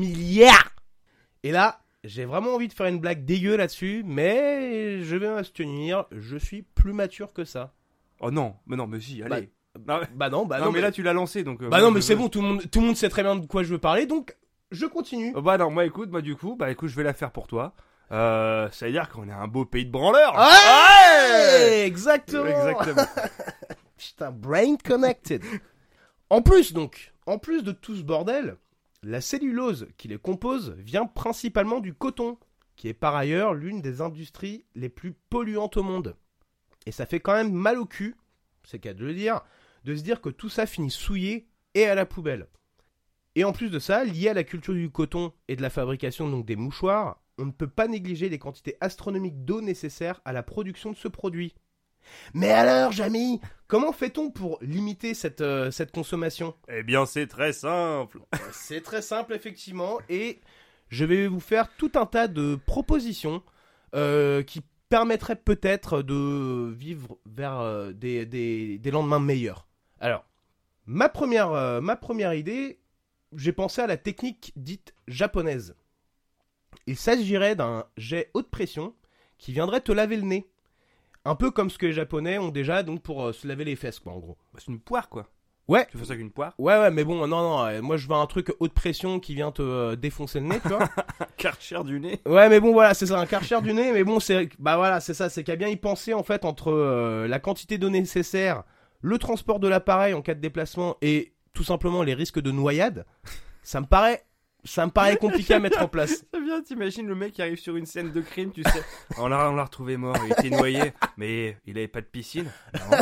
Et là, j'ai vraiment envie de faire une blague dégueu là-dessus, mais je vais m'abstenir. Je suis plus mature que ça. Oh non, mais si, allez. Non, mais là tu l'as lancé donc. C'est bon, tout le monde sait très bien de quoi je veux parler, donc je continue. Moi du coup, je vais la faire pour toi. Ça veut dire qu'on est un beau pays de branleurs. Ouais, exactement. Putain, brain connected. En plus de tout ce bordel, la cellulose qui les compose vient principalement du coton, qui est par ailleurs l'une des industries les plus polluantes au monde. Et ça fait quand même mal au cul, c'est qu'à de le dire, de se dire que tout ça finit souillé et à la poubelle. Et en plus de ça, lié à la culture du coton et de la fabrication donc des mouchoirs, on ne peut pas négliger les quantités astronomiques d'eau nécessaires à la production de ce produit. Mais alors, Jamy, comment fait-on pour limiter cette consommation ? Eh bien, c'est très simple. C'est très simple, effectivement, et je vais vous faire tout un tas de propositions qui permettraient peut-être de vivre vers des lendemains meilleurs. Alors, ma première idée, j'ai pensé à la technique dite japonaise. Il s'agirait d'un jet haute pression qui viendrait te laver le nez. Un peu comme ce que les Japonais ont déjà donc pour se laver les fesses, quoi, en gros. C'est une poire, quoi. Ouais. Tu fais ça avec une poire ? Ouais, mais bon, non, moi je veux un truc haute pression qui vient te défoncer le nez, tu vois. Karcher du nez. Ouais, mais bon, voilà, c'est ça, un Karcher du nez, mais bon, c'est ça, c'est qu'à bien y penser, en fait, entre la quantité d'eau nécessaire, le transport de l'appareil en cas de déplacement et tout simplement les risques de noyade, ça me paraît compliqué à mettre en place. C'est bien, t'imagines le mec qui arrive sur une scène de crime, tu sais. On l'a retrouvé mort, il était noyé, mais il avait pas de piscine. Non.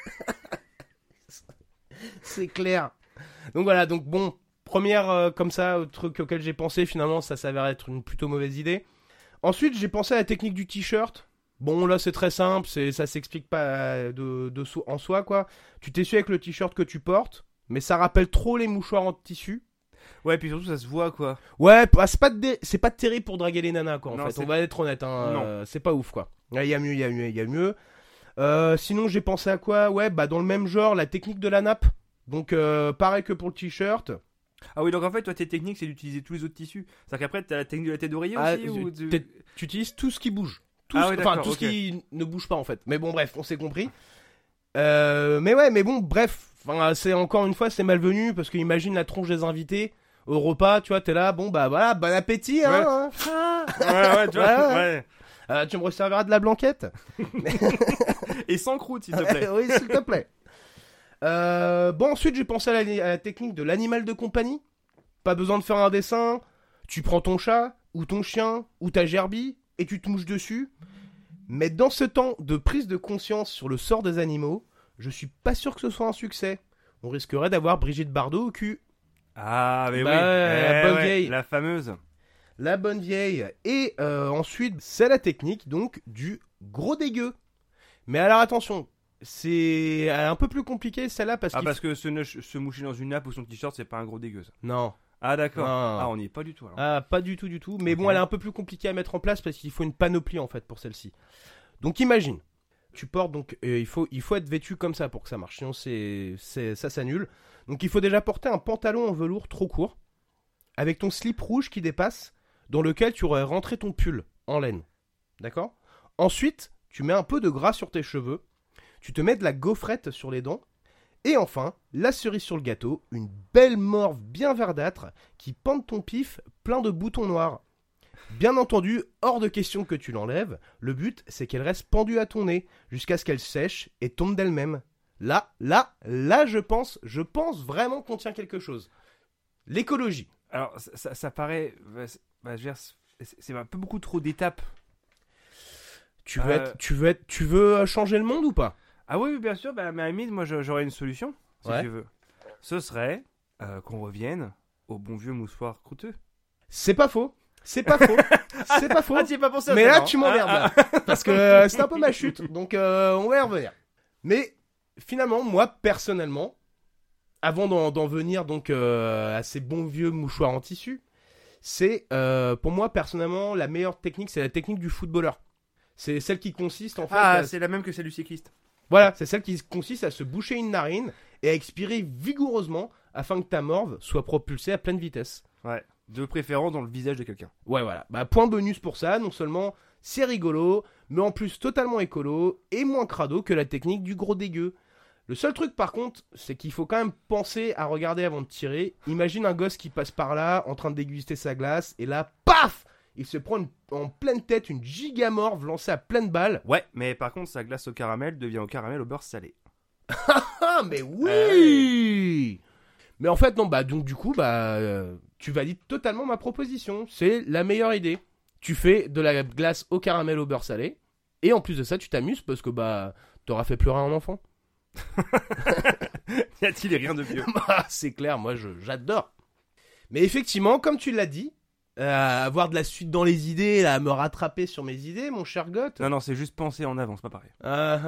C'est clair. Donc voilà, donc bon, première comme ça, truc auquel j'ai pensé, finalement ça s'avère être une plutôt mauvaise idée. Ensuite, j'ai pensé à la technique du t-shirt. Bon, là c'est très simple, ça s'explique pas en soi, quoi. Tu t'essuies avec le t-shirt que tu portes, mais ça rappelle trop les mouchoirs en tissu. Ouais, puis surtout ça se voit, quoi. Ouais, c'est pas terrible pour draguer les nanas, quoi, en fait. On va être honnête, hein. C'est pas ouf, quoi. Il y a mieux. Sinon, j'ai pensé à quoi ? Ouais, dans le même genre, la technique de la nappe. Donc, pareil que pour le t-shirt. Ah oui, donc en fait, toi, tes techniques, c'est d'utiliser tous les autres tissus. C'est-à-dire qu'après, t'as la technique de la tête d'oreiller aussi Tu utilises tout ce qui bouge. Tout ce qui ne bouge pas, en fait. Mais bon, bref, on s'est compris. Mais bon, bref. C'est encore une fois, c'est malvenu, parce que imagine la tronche des invités au repas, tu vois, t'es là, bon, voilà, bon appétit, hein. Ouais, tu vois, ouais. Tu me resserviras de la blanquette. Et sans croûte, s'il te plaît. Oui, s'il te plaît. Ensuite, j'ai pensé à la technique de l'animal de compagnie. Pas besoin de faire un dessin. Tu prends ton chat, ou ton chien, ou ta gerbille, et tu te mouches dessus. Mais dans ce temps de prise de conscience sur le sort des animaux, je suis pas sûr que ce soit un succès. On risquerait d'avoir Brigitte Bardot au cul. Ah, mais oui. La bonne vieille. La fameuse. La bonne vieille. Et ensuite, c'est la technique, donc, du gros dégueu. Mais alors, attention, c'est un peu plus compliqué, celle-là, parce que se moucher dans une nappe ou son t-shirt, c'est pas un gros dégueu, ça. Non. Ah, d'accord. Non. Ah, on n'y est pas du tout, alors. Ah, pas du tout. Mais bon, elle est un peu plus compliquée à mettre en place, parce qu'il faut une panoplie, en fait, pour celle-ci. Donc, imagine. Tu portes, donc, il faut être vêtu comme ça pour que ça marche, sinon ça s'annule. Donc il faut déjà porter un pantalon en velours trop court, avec ton slip rouge qui dépasse, dans lequel tu aurais rentré ton pull en laine. D'accord ? Ensuite, tu mets un peu de gras sur tes cheveux, tu te mets de la gaufrette sur les dents, et enfin, la cerise sur le gâteau, une belle morve bien verdâtre qui pend ton pif plein de boutons noirs. Bien entendu, hors de question que tu l'enlèves, le but c'est qu'elle reste pendue à ton nez, jusqu'à ce qu'elle sèche et tombe d'elle-même. Là, je pense vraiment qu'on tient quelque chose. L'écologie. Alors, ça paraît... c'est un peu beaucoup trop d'étapes. Tu veux changer le monde ou pas ? Ah oui, bien sûr, mais à la limite, moi j'aurais une solution, si tu veux. Ce serait qu'on revienne au bon vieux moussoir croûteux. C'est pas faux. C'est pas faux. Ah, tu y as pas pensé à Mais ça, là, non. tu m'emmerdes, là. Parce que c'est un peu ma chute. Donc, on va y revenir. Mais, finalement, moi, personnellement, avant d'en venir donc à ces bons vieux mouchoirs en tissu, c'est, pour moi, personnellement, la meilleure technique, c'est la technique du footballeur. C'est celle qui consiste, en fait... c'est la même que celle du cycliste. Voilà, c'est celle qui consiste à se boucher une narine et à expirer vigoureusement afin que ta morve soit propulsée à pleine vitesse. Ouais. De préférence dans le visage de quelqu'un. Ouais, voilà. Bah, point bonus pour ça, non seulement c'est rigolo, mais en plus totalement écolo et moins crado que la technique du gros dégueu. Le seul truc par contre, c'est qu'il faut quand même penser à regarder avant de tirer. Imagine un gosse qui passe par là en train de déguster sa glace et là, paf, il se prend en pleine tête une gigamorve lancée à pleine balle. Ouais, mais par contre, sa glace au caramel devient au caramel au beurre salé. Ah, mais oui. Mais en fait, non, bah, donc du coup, bah, tu valides totalement ma proposition. C'est la meilleure idée. Tu fais de la glace au caramel au beurre salé. Et en plus de ça, tu t'amuses parce que, bah, t'auras fait pleurer un enfant. Y a-t-il rien de mieux? Bah, c'est clair, moi, j'adore. Mais effectivement, comme tu l'as dit, avoir de la suite dans les idées, là, à me rattraper sur mes idées, mon cher Goth. Non, c'est juste penser en avant, c'est pas pareil.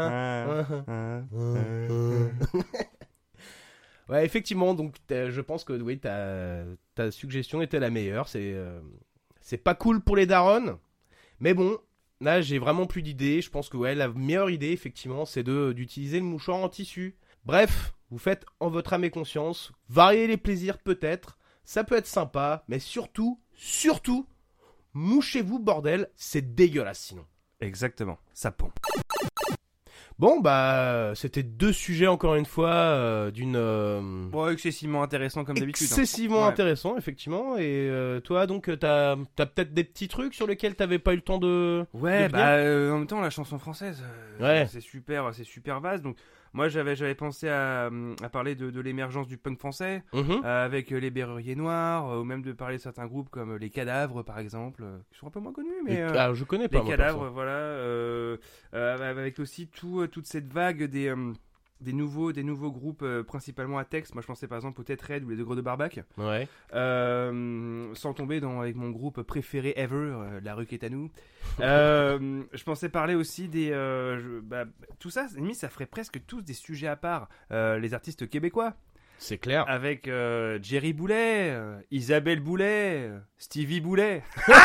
Ouais, effectivement, donc je pense que oui, ta suggestion était la meilleure. C'est pas cool pour les darons, mais bon, là j'ai vraiment plus d'idées. Je pense que ouais, la meilleure idée, effectivement, c'est d'utiliser le mouchoir en tissu. Bref, vous faites en votre âme et conscience, variez les plaisirs peut-être, ça peut être sympa, mais surtout, mouchez-vous bordel, c'est dégueulasse sinon. Exactement, ça pend. Bon, bah, c'était 2 sujets, encore une fois, d'une... Bon, excessivement intéressant comme d'habitude. Excessivement intéressant, effectivement. Et toi, donc, t'as peut-être des petits trucs sur lesquels t'avais pas eu le temps de... Ouais, de bah, en même temps, la chanson française, ouais. c'est super vaste. Donc, moi, j'avais pensé à parler de l'émergence du punk français, avec les Berruriers Noirs, ou même de parler de certains groupes comme les Cadavres, par exemple, qui sont un peu moins connus, mais... Alors, je connais pas, les Cadavres, voilà, avec aussi toute cette vague des nouveaux groupes, principalement à texte. Moi, je pensais par exemple au Tête Red ou les Deux Gros de Barbac. Ouais. Sans tomber avec mon groupe préféré ever, La Rue qui est à nous. Je pensais parler aussi tout ça, limite, ça ferait presque tous des sujets à part. Les artistes québécois. C'est clair. Avec Jerry Boulet, Isabelle Boulet, Stevie Boulet.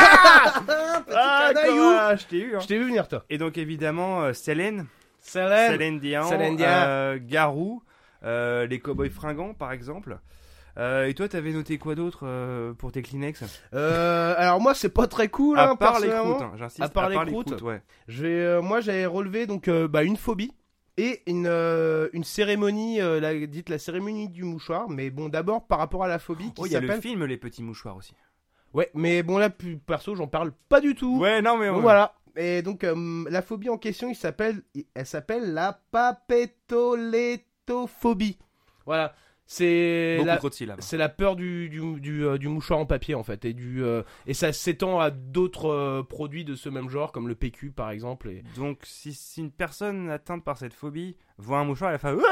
Je t'ai eu, hein. Je t'ai vu venir, toi. Et donc évidemment Céline Dion, Garou, les Cowboys Fringants par exemple. Et toi, t'avais noté quoi d'autre pour tes Kleenex? Alors moi, c'est pas très cool. À part les croûtes, j'insiste. À part les croûtes, ouais. Moi, j'avais relevé donc une phobie et une cérémonie, la cérémonie du mouchoir. Mais bon, d'abord par rapport à la phobie qui il y a s'appelle... le film Les Petits Mouchoirs aussi. Ouais, mais bon là, perso, j'en parle pas du tout. Ouais, non mais... Donc, voilà. Et donc, la phobie en question, elle s'appelle la papétolétophobie. Voilà. C'est la peur du mouchoir en papier, en fait. Et ça s'étend à d'autres produits de ce même genre, comme le PQ, par exemple. Et... Donc, si une personne atteinte par cette phobie voit un mouchoir, elle fait...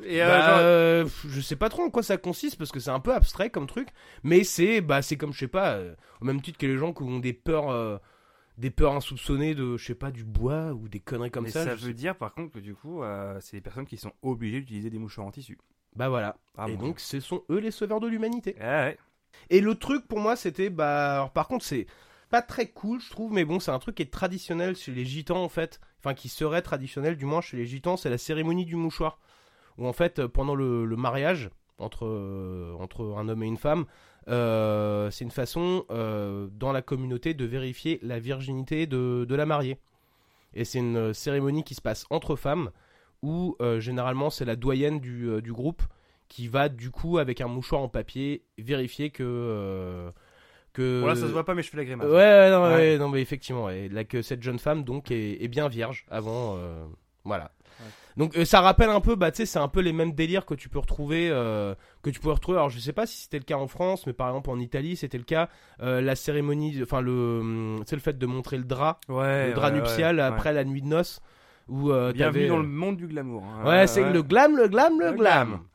je sais pas trop en quoi ça consiste, parce que c'est un peu abstrait comme truc. Mais c'est comme, je sais pas, au même titre que les gens qui ont des peurs insoupçonnées de, je sais pas, du bois ou des conneries comme ça. Mais ça veut dire par contre que du coup, c'est des personnes qui sont obligées d'utiliser des mouchoirs en tissu. Bah voilà. Et donc, ce sont eux les sauveurs de l'humanité. Ouais. Et le truc pour moi, c'était, alors, par contre, c'est pas très cool, je trouve, mais bon, c'est un truc qui est traditionnel chez les gitans, en fait. Enfin, qui serait traditionnel, du moins, chez les gitans, c'est la cérémonie du mouchoir. Où, en fait, pendant le mariage, entre un homme et une femme, c'est une façon dans la communauté de vérifier la virginité de la mariée. Et c'est une cérémonie qui se passe entre femmes où généralement c'est la doyenne du groupe qui va du coup avec un mouchoir en papier vérifier que voilà, ça se voit pas mais je fais la grimace. Non mais effectivement que cette jeune femme donc est bien vierge avant voilà. Donc ça rappelle un peu, tu sais, c'est un peu les mêmes délires que tu peux retrouver, alors je sais pas si c'était le cas en France, mais par exemple en Italie c'était le cas, la cérémonie, enfin le fait de montrer le drap nuptial après la nuit de noces, où bienvenue dans le monde du glamour. C'est le glam.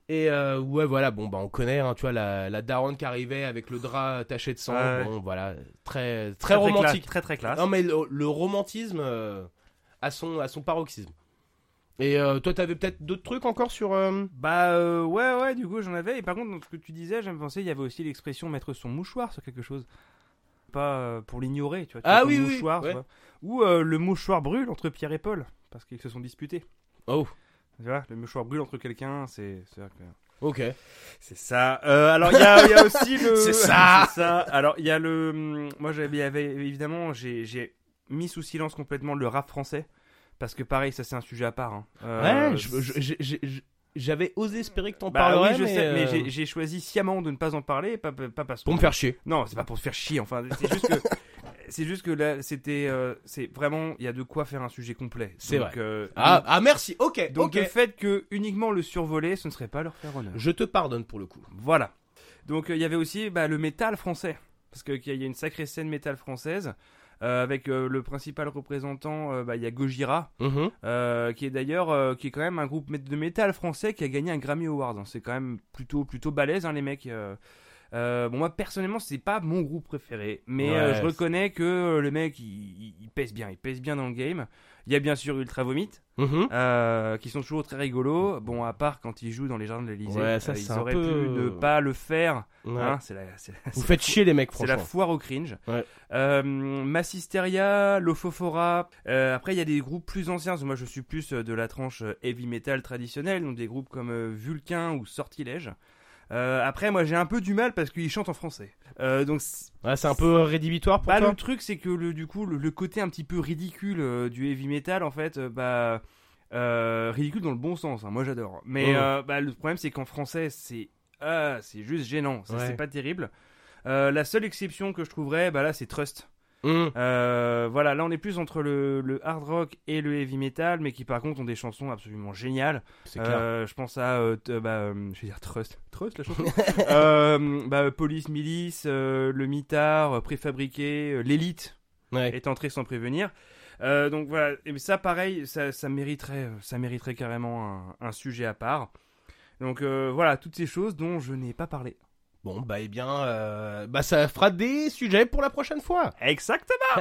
Et ouais, voilà, bon, bah on connaît, hein, tu vois, la daronne qui arrivait avec le drap taché de sang. Bon, voilà, très romantique. Très classe. Non, mais le romantisme à son paroxysme. Et toi, t'avais peut-être d'autres trucs encore sur... Ouais, du coup, j'en avais. Et par contre, dans ce que tu disais, j'aime penser, il y avait aussi l'expression mettre son mouchoir sur quelque chose. Pas pour l'ignorer, tu vois. Ah oui, mouchoir, ouais. Tu vois. Ou le mouchoir brûle entre Pierre et Paul, parce qu'ils se sont disputés. Oh. Tu vois, le mouchoir brûle entre quelqu'un, c'est vrai que... Ok. C'est ça. Alors, il y a aussi le... C'est ça. C'est ça. Alors, il y a le... Moi, évidemment, j'ai mis sous silence complètement le rap français. Parce que pareil, ça c'est un sujet à part. Hein. Ouais, j'avais osé espérer que t'en parlerais, oui, je sais, mais j'ai choisi sciemment de ne pas en parler, pas parce que... Pour me faire chier. Non, c'est pas pour te faire chier, enfin, c'est juste que là, c'est vraiment, il y a de quoi faire un sujet complet. C'est donc, vrai. Merci, ok. Donc le fait que uniquement le survoler, ce ne serait pas leur faire honneur. Je te pardonne pour le coup. Voilà. Donc il y avait aussi le métal français, parce qu'il y a une sacrée scène métal française. Avec le principal représentant, il y a Gojira, qui est d'ailleurs qui est quand même un groupe de métal français qui a gagné un Grammy Award. Hein. C'est quand même plutôt balèze, hein, les mecs. Moi personnellement, c'est pas mon groupe préféré, mais je reconnais que le mec il pèse bien dans le game. Il y a bien sûr Ultra Vomit, qui sont toujours très rigolos. Bon, à part quand ils jouent dans les Jardins de l'Elysée, ils auraient pu ne pas le faire. Ouais. Hein, Vous faites chier les mecs, c'est franchement. la foire au cringe. Ouais. Massisteria, Lofofora. Après, il y a des groupes plus anciens. Moi, je suis plus de la tranche heavy metal traditionnelle, donc des groupes comme Vulcain ou Sortilège. Après, moi, j'ai un peu du mal parce qu'ils chantent en français. Donc, c'est un peu rédhibitoire pour toi. Le truc, c'est que le côté un petit peu ridicule du heavy metal, en fait, ridicule dans le bon sens. Hein, moi, j'adore. Mais le problème, c'est qu'en français, c'est juste gênant. C'est pas terrible. La seule exception que je trouverais, là, c'est Trust. Voilà, là on est plus entre le hard rock et le heavy metal, mais qui par contre ont des chansons absolument géniales. C'est clair. Je pense à je vais dire Trust la chanson. Police Milice, le mitard, préfabriqué, l'élite est entré sans prévenir. Donc voilà, et ça pareil, ça mériterait carrément un sujet à part. Donc voilà, toutes ces choses dont je n'ai pas parlé. Bon, ça fera des sujets pour la prochaine fois. Exactement.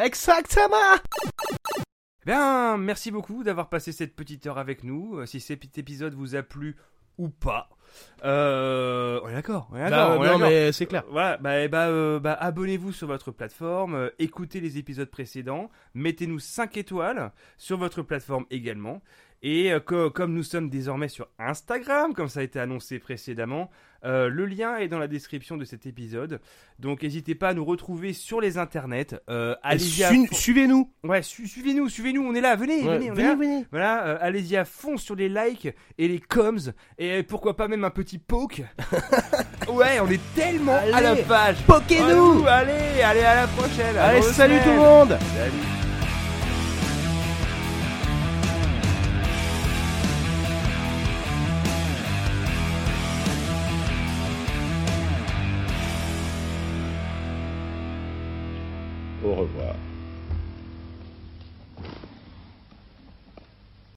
Eh bien, merci beaucoup d'avoir passé cette petite heure avec nous. Si cet épisode vous a plu ou pas, on est d'accord. Mais c'est clair. Voilà, abonnez-vous sur votre plateforme, écoutez les épisodes précédents, mettez-nous 5 étoiles sur votre plateforme également. Et comme nous sommes désormais sur Instagram, comme ça a été annoncé précédemment, le lien est dans la description de cet épisode. Donc n'hésitez pas à nous retrouver sur les internets. Suivez-nous. Ouais, suivez-nous, on est là, venez, venez. Voilà, allez-y à fond sur les likes et les coms, et pourquoi pas même un petit poke. Ouais, on est tellement à la page. Pokez-nous. Allez, à la prochaine. Allez, salut tout le monde. Salut.